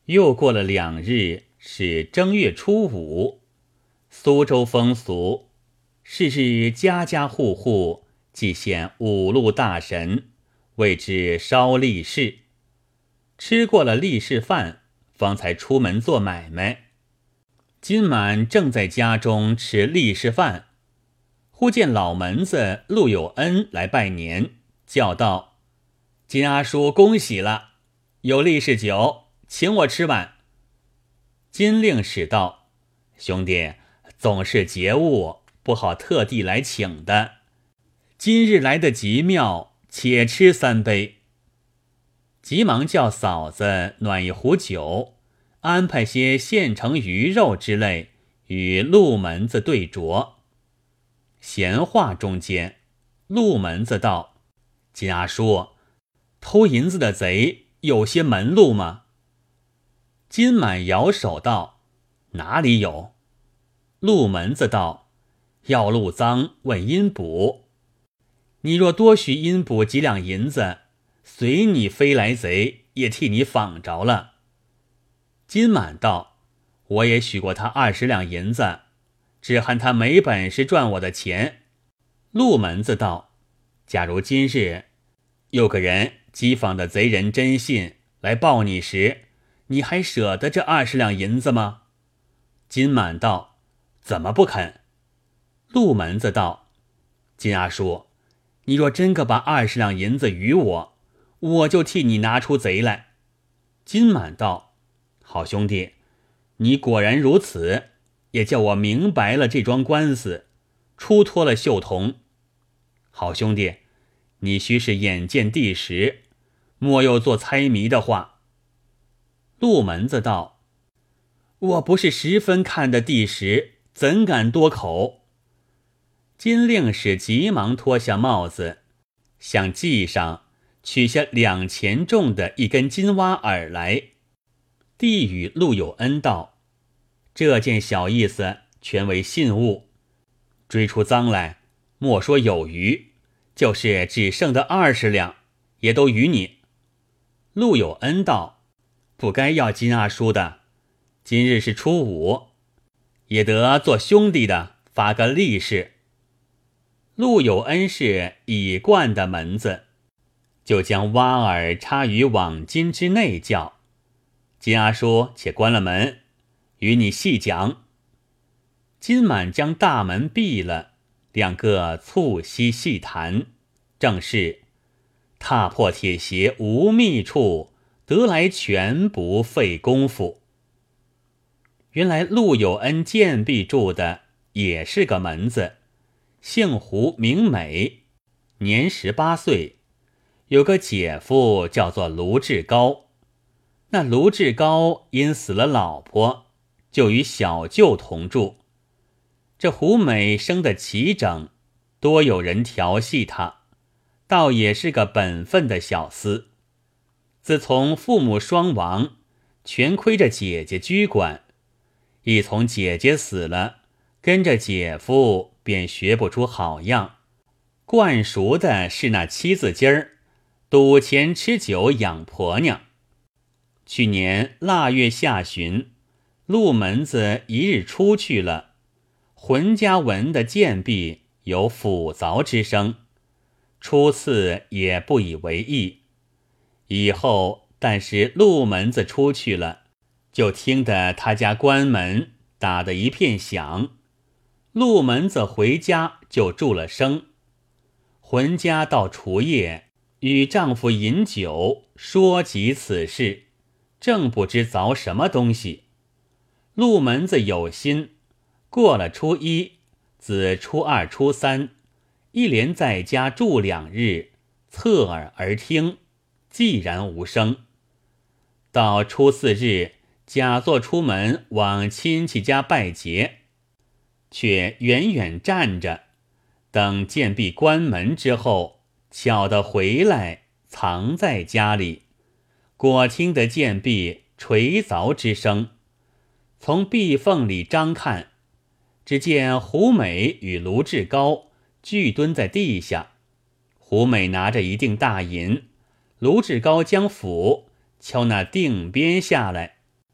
又过了2日，是正月初5。苏州风俗，是家家户户祭献5路大神，谓之烧立誓。吃过了立誓饭，方才出门做买卖。金满正在家中吃立誓饭，忽见老门子陆有恩来拜年，叫道：“金阿叔恭喜了，有立誓酒，请我吃碗。”金令使道：“兄弟，总是节物，不好特地来请的。今日来得极妙，且吃3杯。”急忙叫嫂子暖一壶酒，安排些现成鱼肉之类与陆门子对酌。闲话中间，陆门子道：“金阿叔，偷银子的贼有些门路吗？”金满摇手道：“哪里有？”陆门子道：“要路赃问阴补，你若多许阴补几两银子，随你飞来贼也替你仿着了。”金满道：“我也许过他20两银子，只恨他没本事赚我的钱。”陆门子道：“假如今日有个人讥讽的贼人真信来报你时，你还舍得这20两银子吗？”金满道：“怎么不肯？”陆门子道：“金阿叔，你若真个把20两银子与我，我就替你拿出贼来。”金满道：“好兄弟，你果然如此，也叫我明白了这桩官司，出脱了秀童。好兄弟，你须是眼见地实，莫又做猜谜的话。”陆门子道：“我不是十分看得地实，怎敢多口？”金令使急忙脱下帽子，向髻上取下2钱重的一根金蛙耳来，递与陆有恩道：“这件小意思全为信物，追出赃来，莫说有余，就是只剩的20两，也都与你。”陆有恩道：“不该要金阿叔的，今日是初5，也得做兄弟的发个利是。”陆有恩是已惯的门子，就将蛙耳插于网巾之内，叫：“金阿叔且关了门，与你细讲。”金满将大门闭了，2个促膝细谈，正是踏破铁鞋无觅处，得来全不费功夫。原来陆有恩贱婢住的也是个门子，姓胡名美，年18岁，有个姐夫叫做卢志高。那卢志高因死了老婆，就与小舅同住。这胡美生得齐整，多有人调戏他，倒也是个本分的小厮。自从父母双亡，全亏着姐姐居管，一从姐姐死了，跟着姐夫便学不出好样，惯熟的是那7字经儿，赌钱吃酒养婆娘。去年腊月下旬，陆门子一日出去了，浑家闻的贱婢有斧凿之声，初次也不以为意。以后但是陆门子出去了，就听得他家关门打得一片响，陆门子回家就住了声。浑家到除夜，与丈夫饮酒，说及此事，正不知凿什么东西。陆门子有心，过了初1，自初2、初3，一连在家住2日，侧耳而听，寂然无声。到初4日，假作出门往亲戚家拜节，却远远站着，等贱婢关门之后，巧地回来，藏在家里。果听得贱婢锤凿之声，从壁缝里张看，只见胡美与卢志高俱蹲在地下，胡美拿着一锭大银，卢志高将斧敲那锭边下来，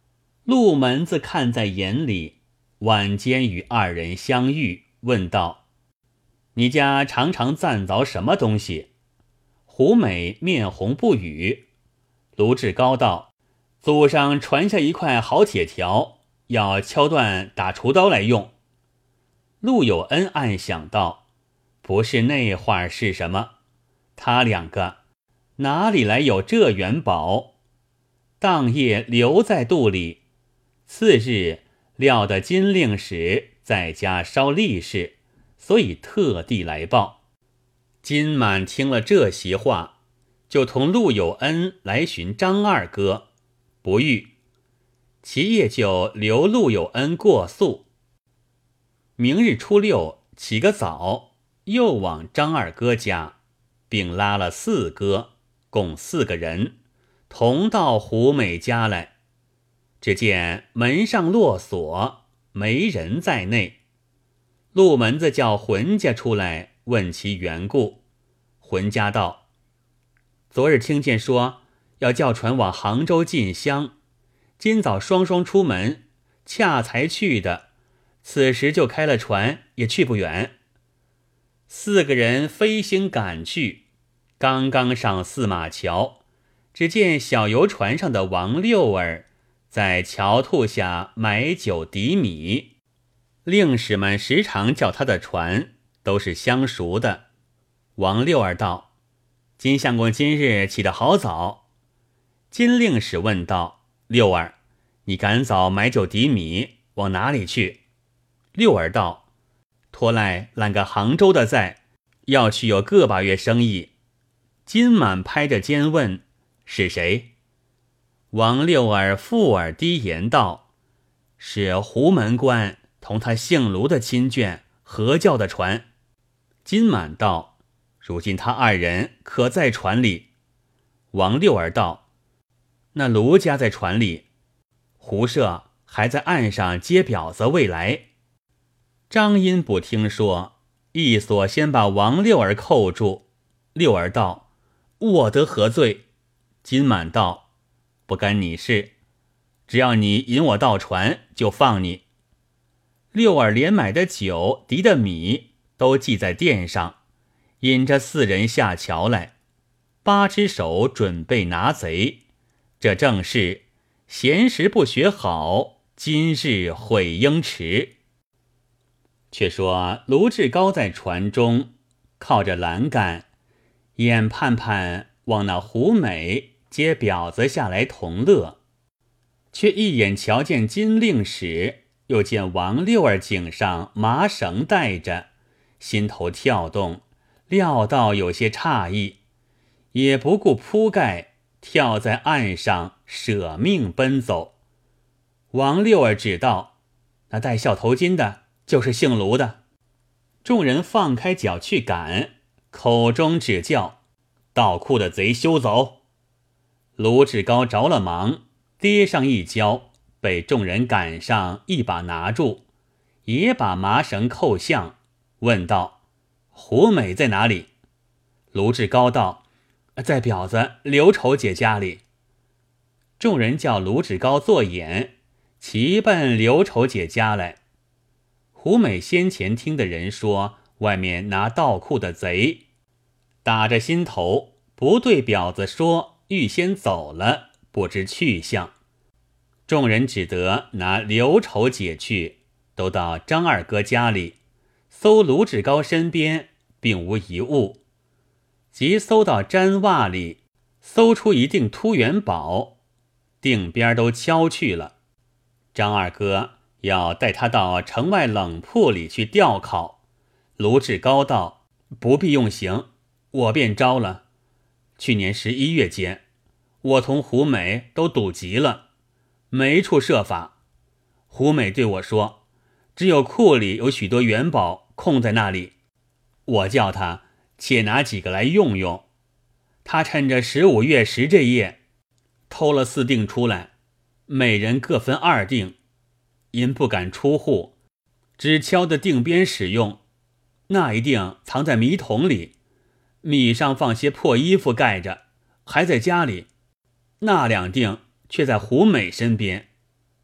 陆门子看在眼里，晚间与二人相遇，问道：你家常常暂凿什么东西？胡美面红不语。卢志高道：祖上传下一块好铁条，要敲断打厨刀来用。陆有恩暗想道：不是那话是什么？他两个哪里来有这元宝？当夜留在肚里。次日料得金令使在家烧利事，所以特地来报。金满听了这席话，就同陆有恩来寻张二哥，不遇。其夜就留陆有恩过宿。明日初六起个早，又往张二哥家，并拉了4哥，共4个人，同到胡美家来。只见门上落锁，没人在内。陆门子叫浑家出来问其缘故。浑家道：昨日听见说要叫船往杭州进香，今早双双出门，恰才去的，此时就开了船，也去不远。4个人飞星赶去，刚刚上4马桥，只见小游船上的王六儿在桥兔下买酒抵米，令使们时常叫他的船，都是相熟的。王六儿道：金相公今日起得好早。金令使问道：六儿，你赶早买酒抵米，往哪里去？六儿道：托赖揽个杭州的在，要去有个把月生意。金满拍着肩问：是谁？王六儿附耳低言道：是胡门官同他姓卢的亲眷合叫的船。金满道：如今他2人可在船里？王六儿道：那卢家在船里，胡舍还在岸上接婊子未来。张荫不听说，一锁先把王六儿扣住。六儿道：我得何罪？金满道：不干你事，只要你引我到船，就放你。六儿连买的酒抵的米都记在店上，引着4人下桥来。8只手准备拿贼，这正是闲时不学好，今日悔应迟。却说卢志高在船中靠着栏杆，眼盼盼往那胡美接婊子下来同乐，却一眼瞧见金令使，又见王六儿颈上麻绳带着，心头跳动，料到有些诧异，也不顾铺盖，跳在岸上舍命奔走。王六儿只道：那戴孝头巾的就是姓卢的。众人放开脚去赶，口中只叫：盗库的贼休走！卢志高着了忙，跌上一跤，被众人赶上，一把拿住，也把麻绳扣项，问道：胡美在哪里？卢志高道：在婊子刘丑姐家里。众人叫卢志高做眼，齐奔刘丑姐家来。胡美先前听的人说外面拿盗库的贼，打着心头不对婊子说，预先走了，不知去向。众人只得拿刘丑姐去，都到张二哥家里，搜卢志高身边，并无一物。即搜到毡袜里，搜出一锭凸元宝，锭边都敲去了。张二哥要带他到城外冷铺里去吊考。卢志高道：不必用刑，我便招了。去年11月间，我同胡美都赌急了，没处设法。胡美对我说，只有库里有许多元宝空在那里，我叫他且拿几个来用用。他趁着15月10这夜，偷了4锭出来，每人各分2锭，因不敢出户，只敲的锭边使用。那一锭藏在米桶里，米上放些破衣服盖着，还在家里。那2锭却在胡美身边。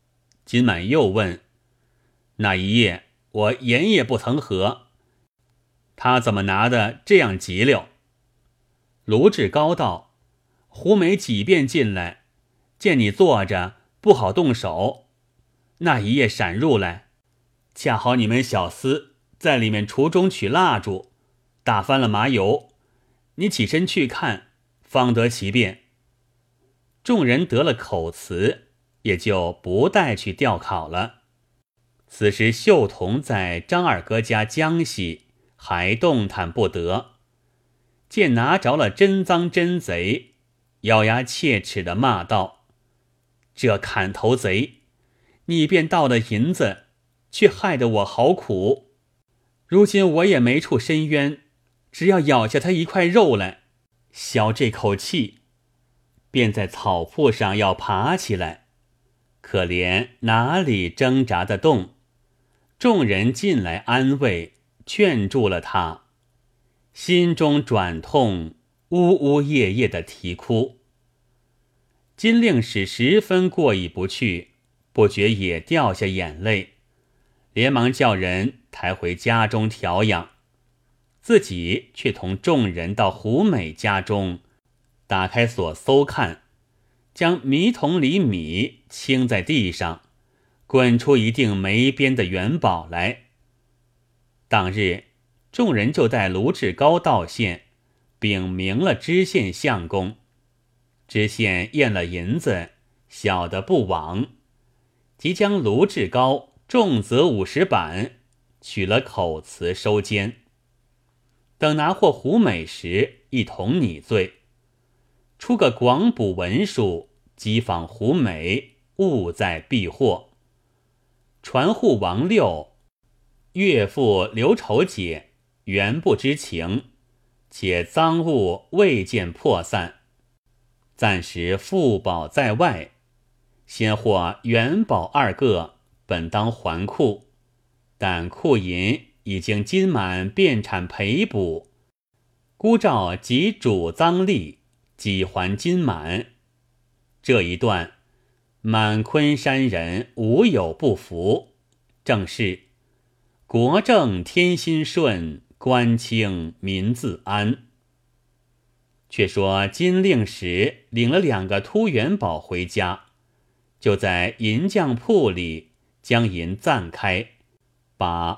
金满又问：那一夜我盐也不曾喝，他怎么拿的这样急溜？卢志高道：胡梅几遍进来，见你坐着不好动手，那一夜闪入来，恰好你们小厮在里面橱中取蜡烛，打翻了麻油，你起身去看，方得其便。众人得了口词，也就不带去吊考了。此时秀童在张二哥家江西，还动弹不得，见拿着了真赃真贼，咬牙切齿地骂道：这砍头贼，你便盗了银子，却害得我好苦，如今我也没处伸冤，只要咬下他一块肉来，消这口气，便在草铺上要爬起来，可怜哪里挣扎得动。众人进来安慰劝住了他，心中转痛，呜呜咽咽的啼哭。金令使十分过意不去，不觉也掉下眼泪，连忙叫人抬回家中调养，自己却同众人到胡美家中，打开锁搜看，将米桶里米倾在地上，滚出一锭没边的元宝来。当日众人就带卢志高到县，禀明了知县相公。知县验了银子，小的不枉，即将卢志高重责50板，取了口词收监。等拿获胡美时，一同拟罪，出个广补文书，讥讽胡美误在避祸。传户王六、岳父刘丑姐原不知情，且赃物未见破散，暂时付保在外，先获元宝2个，本当还库，但库银已经金满变产赔补，孤照及主赃吏，即还金满。这一段满昆山人无有不服，正是国正天心顺，官清民自安。却说金令使领了2个凸元宝回家，就在银匠铺里将银暂开，把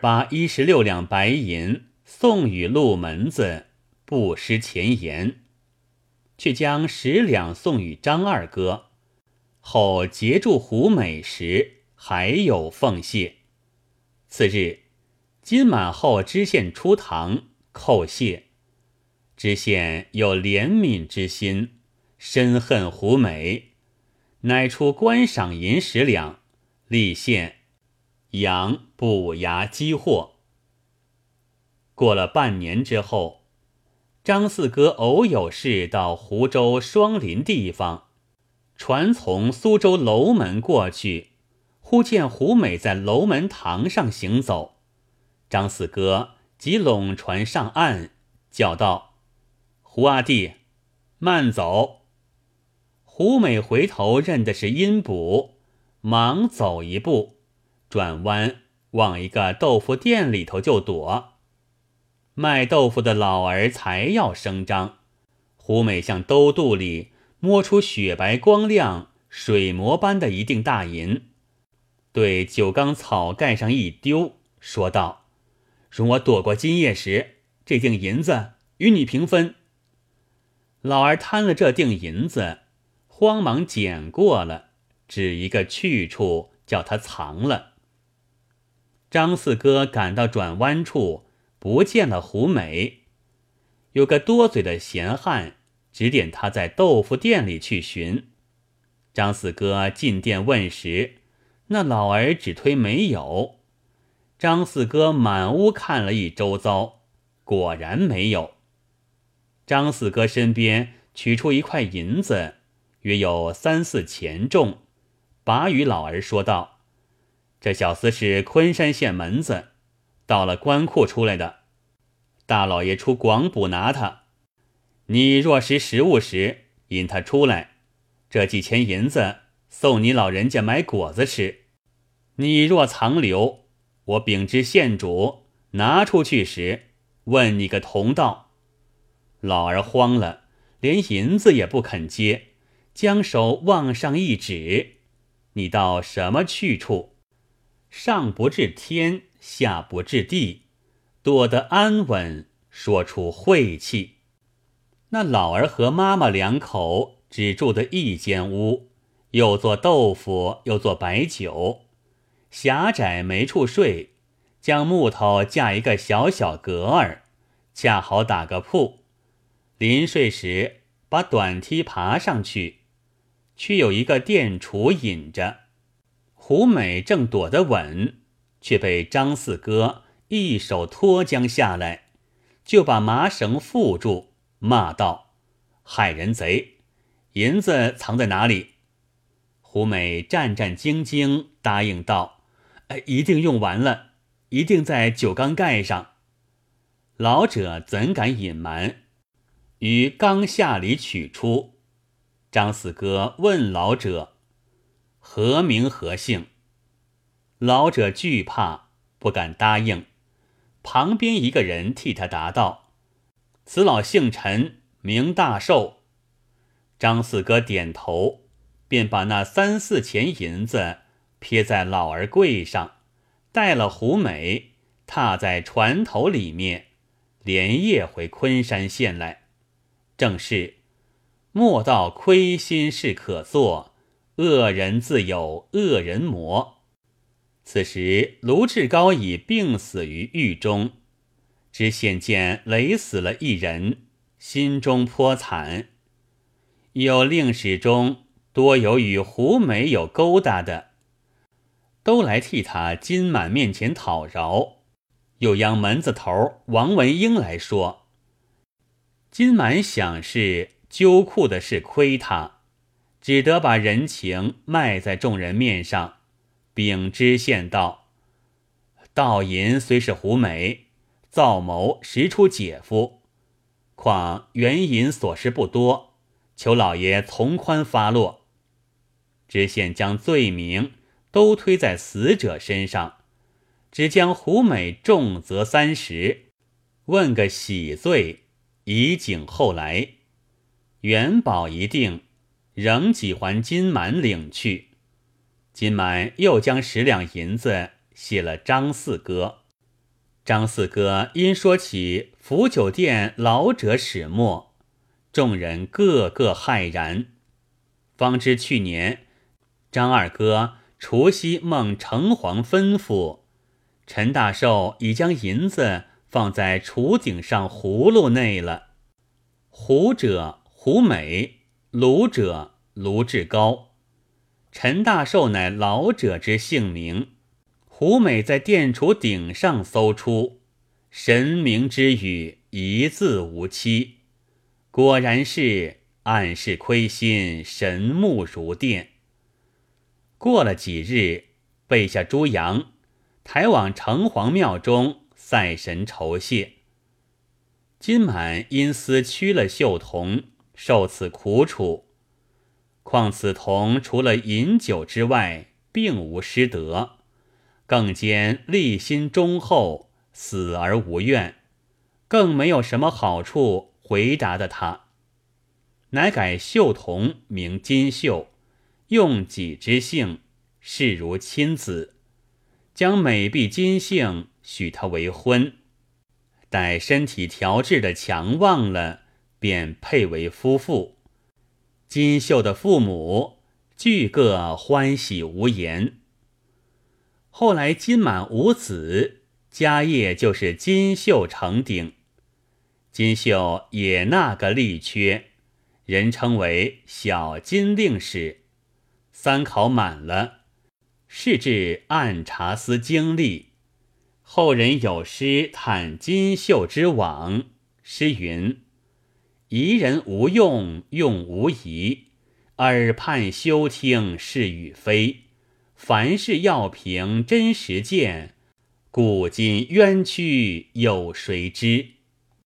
2816两白银送与路门子，不失前言，却将10两送与张二哥，后截住胡美时还有奉谢。次日金满后知县出堂叩谢，知县有怜悯之心，深恨胡美，乃出官赏银10两，立县养补牙积货。过了半年之后，张四哥偶有事到湖州双林地方，船从苏州楼门过去，忽见胡美在楼门堂上行走，张四哥即拢船上岸，叫道：胡阿弟，慢走。胡美回头认的是阴补，忙走一步，转弯往一个豆腐店里头就躲。卖豆腐的老儿才要声张，胡美向兜肚里摸出雪白光亮水磨般的一锭大银，对酒缸草盖上一丢，说道：容我躲过今夜时，这锭银子与你平分。老儿贪了这锭银子，慌忙捡过了，指一个去处叫他藏了。张四哥赶到转弯处，不见了胡美，有个多嘴的闲汉指点他在豆腐店里去寻。张四哥进店问时，那老儿只推没有。张四哥满屋看了一周遭，果然没有。张四哥身边取出一块银子，约有3-4钱重，把与老儿说道：这小厮是昆山县门子，到了官库出来的，大老爷出广补拿他，你若识时务时引他出来，这几钱银子送你老人家买果子吃。 你若藏留，我禀知县主，拿出去时问你个同道。”老儿慌了，连银子也不肯接，将手往上一指：“你到什么去处？上不至天，下不至地，躲得安稳，说出晦气。”那老儿和妈妈两口只住的一间屋，又做豆腐，又做白酒，狭窄没处睡，将木头架一个小小阁儿，恰好打个铺。临睡时把短梯爬上去，却有一个殿厨引着。胡美正躲得稳，却被张四哥一手拖将下来，就把麻绳缚住，骂道：“害人贼！银子藏在哪里？”胡美战战兢兢答应道：“一定用完了，一定在酒缸盖上。”老者怎敢隐瞒，于缸下里取出。张四哥问老者：“何名何姓？”老者惧怕，不敢答应。旁边一个人替他答道：“此老姓陈，名大寿。”张四哥点头，便把那3、4钱银子撇在老儿柜上，带了胡美，踏在船头里面，连夜回昆山县来。正是莫道亏心事可做，恶人自有恶人磨。此时卢志高已病死于狱中，知县见累死了一人，心中颇惨。有令史中多有与胡美有勾搭的，都来替他金满面前讨饶。又央门子头王文英来说，金满想是揪裤的事亏他，只得把人情卖在众人面上，禀知县道：“盗银虽是胡美，造谋实出姐夫，况原银所事不多，求老爷从宽发落。”知县将罪名都推在死者身上，只将胡美重责30，问个喜罪，以警后来。元宝一定，仍几还金满领去。金满又将10两银子谢了张四哥。张四哥因说起福酒店老者始末，众人个个骇然。方知去年张二哥除夕梦城隍吩咐，陈大寿已将银子放在厨顶上葫芦内了。胡者胡美，卢者卢志高。陈大寿乃老者之姓名，胡美在殿厨顶上搜出，神明之语一字无期，果然是暗室亏心，神目如电。过了几日，备下猪羊，抬往城隍庙中赛神酬谢。金满因私屈了秀童，受此苦楚。况此童除了饮酒之外，并无失德，更兼立心忠厚，死而无怨，更没有什么好处回答的他，乃改秀童名金秀，用己之姓，视如亲子，将美婢金姓许他为婚。待身体调治的强旺了，便配为夫妇。金秀的父母俱各欢喜无言。后来金满无子，家业就是金秀承顶。金秀也那个吏缺，人称为小金令史。3考满了，是至按察司经历。后人有诗叹金秀之往，诗云：“疑人无用，用无疑，耳畔休听是与非。凡事要凭真实见，古今冤屈有谁知？”